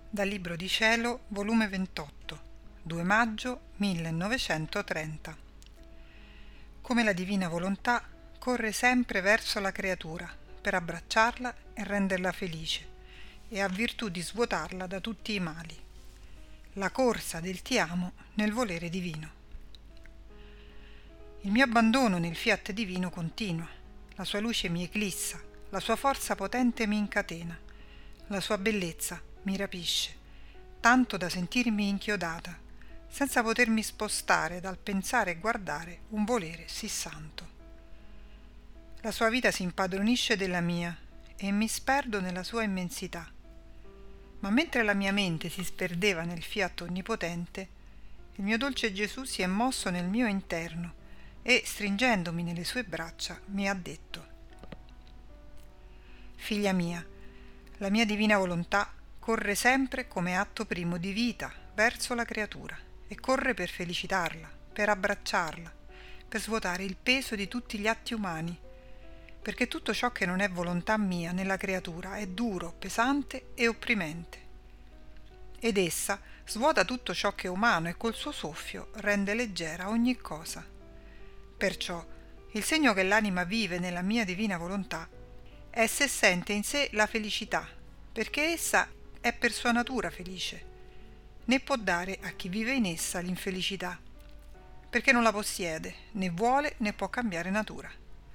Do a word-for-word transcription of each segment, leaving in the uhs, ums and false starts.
Dal Libro di Cielo, volume ventotto, due maggio millenovecentotrenta. Come la divina volontà corre sempre verso la creatura per abbracciarla e renderla felice e ha virtù di svuotarla da tutti i mali. La corsa del ti amo nel volere divino. Il mio abbandono nel fiat divino continua, la sua luce mi eclissa, la sua forza potente mi incatena, la sua bellezza mi rapisce, tanto da sentirmi inchiodata, senza potermi spostare dal pensare e guardare un volere sì santo. La sua vita si impadronisce della mia e mi sperdo nella sua immensità. Ma mentre la mia mente si sperdeva nel fiat onnipotente, il mio dolce Gesù si è mosso nel mio interno e, stringendomi nelle sue braccia, mi ha detto: «Figlia mia, la mia divina volontà corre sempre come atto primo di vita verso la creatura e corre per felicitarla, per abbracciarla, per svuotare il peso di tutti gli atti umani, perché tutto ciò che non è volontà mia nella creatura è duro, pesante e opprimente. Ed essa svuota tutto ciò che è umano e col suo soffio rende leggera ogni cosa. Perciò il segno che l'anima vive nella mia divina volontà è se sente in sé la felicità, perché essa è per sua natura felice, né può dare a chi vive in essa l'infelicità, perché non la possiede, né vuole né può cambiare natura.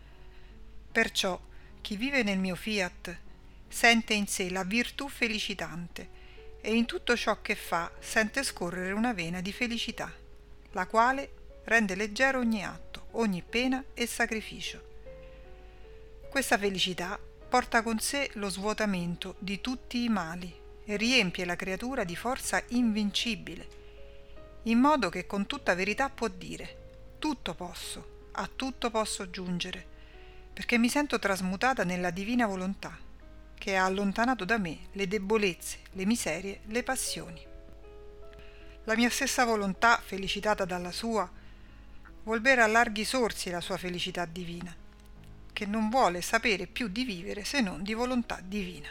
Perciò chi vive nel mio fiat sente in sé la virtù felicitante e in tutto ciò che fa sente scorrere una vena di felicità, la quale rende leggero ogni atto, ogni pena e sacrificio. Questa felicità porta con sé lo svuotamento di tutti i mali e riempie la creatura di forza invincibile, in modo che con tutta verità può dire: tutto posso, a tutto posso giungere, perché mi sento trasmutata nella divina volontà, che ha allontanato da me le debolezze, le miserie, le passioni. La mia stessa volontà, felicitata dalla sua, vuol bere a larghi sorsi la sua felicità divina, che non vuole sapere più di vivere se non di volontà divina.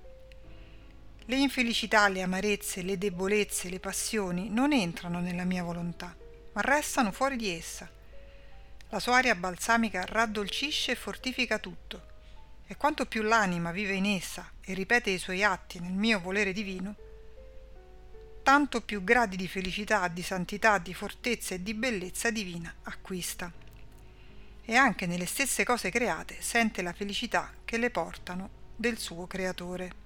Le infelicità, le amarezze, le debolezze, le passioni non entrano nella mia volontà, ma restano fuori di essa. La sua aria balsamica raddolcisce e fortifica tutto, e quanto più l'anima vive in essa e ripete i suoi atti nel mio volere divino, tanto più gradi di felicità, di santità, di fortezza e di bellezza divina acquista. E anche nelle stesse cose create sente la felicità che le portano del suo creatore.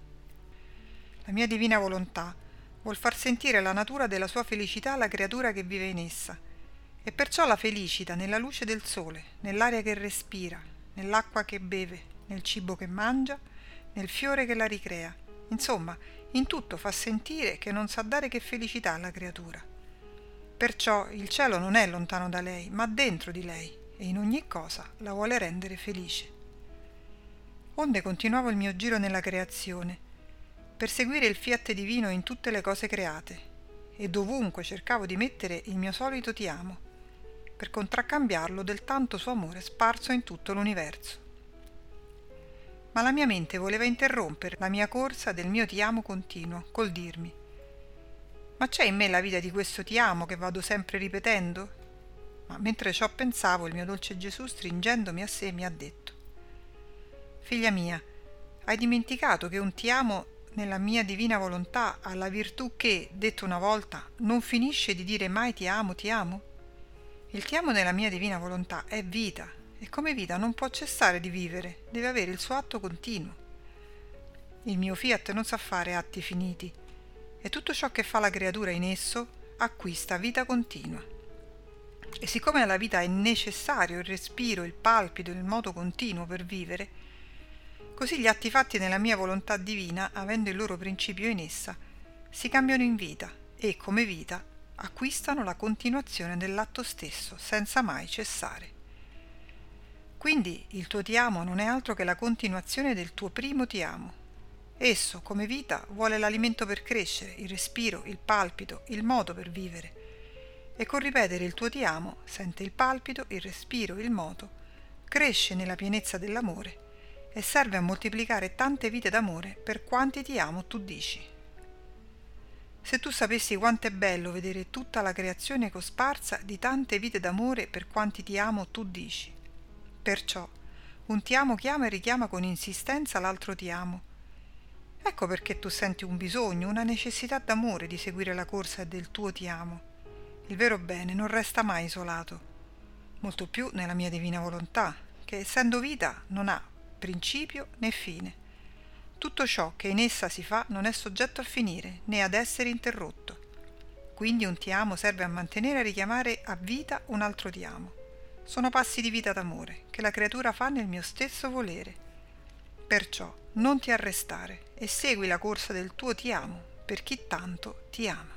La mia divina volontà vuol far sentire la natura della sua felicità alla creatura che vive in essa, e perciò la felicita nella luce del sole, nell'aria che respira, nell'acqua che beve, nel cibo che mangia, nel fiore che la ricrea. Insomma, in tutto fa sentire che non sa dare che felicità alla creatura. Perciò il cielo non è lontano da lei, ma dentro di lei, e in ogni cosa la vuole rendere felice. Onde continuavo il mio giro nella creazione, per seguire il fiat divino in tutte le cose create, e dovunque cercavo di mettere il mio solito ti amo, per contraccambiarlo del tanto suo amore sparso in tutto l'universo. Ma la mia mente voleva interrompere la mia corsa del mio ti amo continuo col dirmi: ma c'è in me la vita di questo ti amo che vado sempre ripetendo? Ma mentre ciò pensavo, il mio dolce Gesù, stringendomi a sé, mi ha detto: figlia mia, hai dimenticato che un ti amo nella mia divina volontà ha la virtù che, detto una volta, non finisce di dire mai ti amo, ti amo? Il ti amo nella mia divina volontà è vita, e come vita non può cessare di vivere, deve avere il suo atto continuo. Il mio fiat non sa fare atti finiti, e tutto ciò che fa la creatura in esso acquista vita continua. E siccome alla vita è necessario il respiro, il palpito, il moto continuo per vivere, così gli atti fatti nella mia volontà divina, avendo il loro principio in essa, si cambiano in vita e, come vita, acquistano la continuazione dell'atto stesso, senza mai cessare. Quindi il tuo ti amo non è altro che la continuazione del tuo primo ti amo. Esso, come vita, vuole l'alimento per crescere, il respiro, il palpito, il moto per vivere. E col ripetere il tuo ti amo, sente il palpito, il respiro, il moto, cresce nella pienezza dell'amore e serve a moltiplicare tante vite d'amore per quanti ti amo tu dici. Se tu sapessi quanto è bello vedere tutta la creazione cosparsa di tante vite d'amore per quanti ti amo tu dici. Perciò un ti amo chiama e richiama con insistenza l'altro ti amo. Ecco perché tu senti un bisogno, una necessità d'amore di seguire la corsa del tuo ti amo. Il vero bene non resta mai isolato, molto più nella mia divina volontà, che essendo vita non ha principio né fine. Tutto ciò che in essa si fa non è soggetto a finire né ad essere interrotto. Quindi un ti amo serve a mantenere e richiamare a vita un altro ti amo. Sono passi di vita d'amore che la creatura fa nel mio stesso volere. Perciò non ti arrestare e segui la corsa del tuo ti amo per chi tanto ti ama.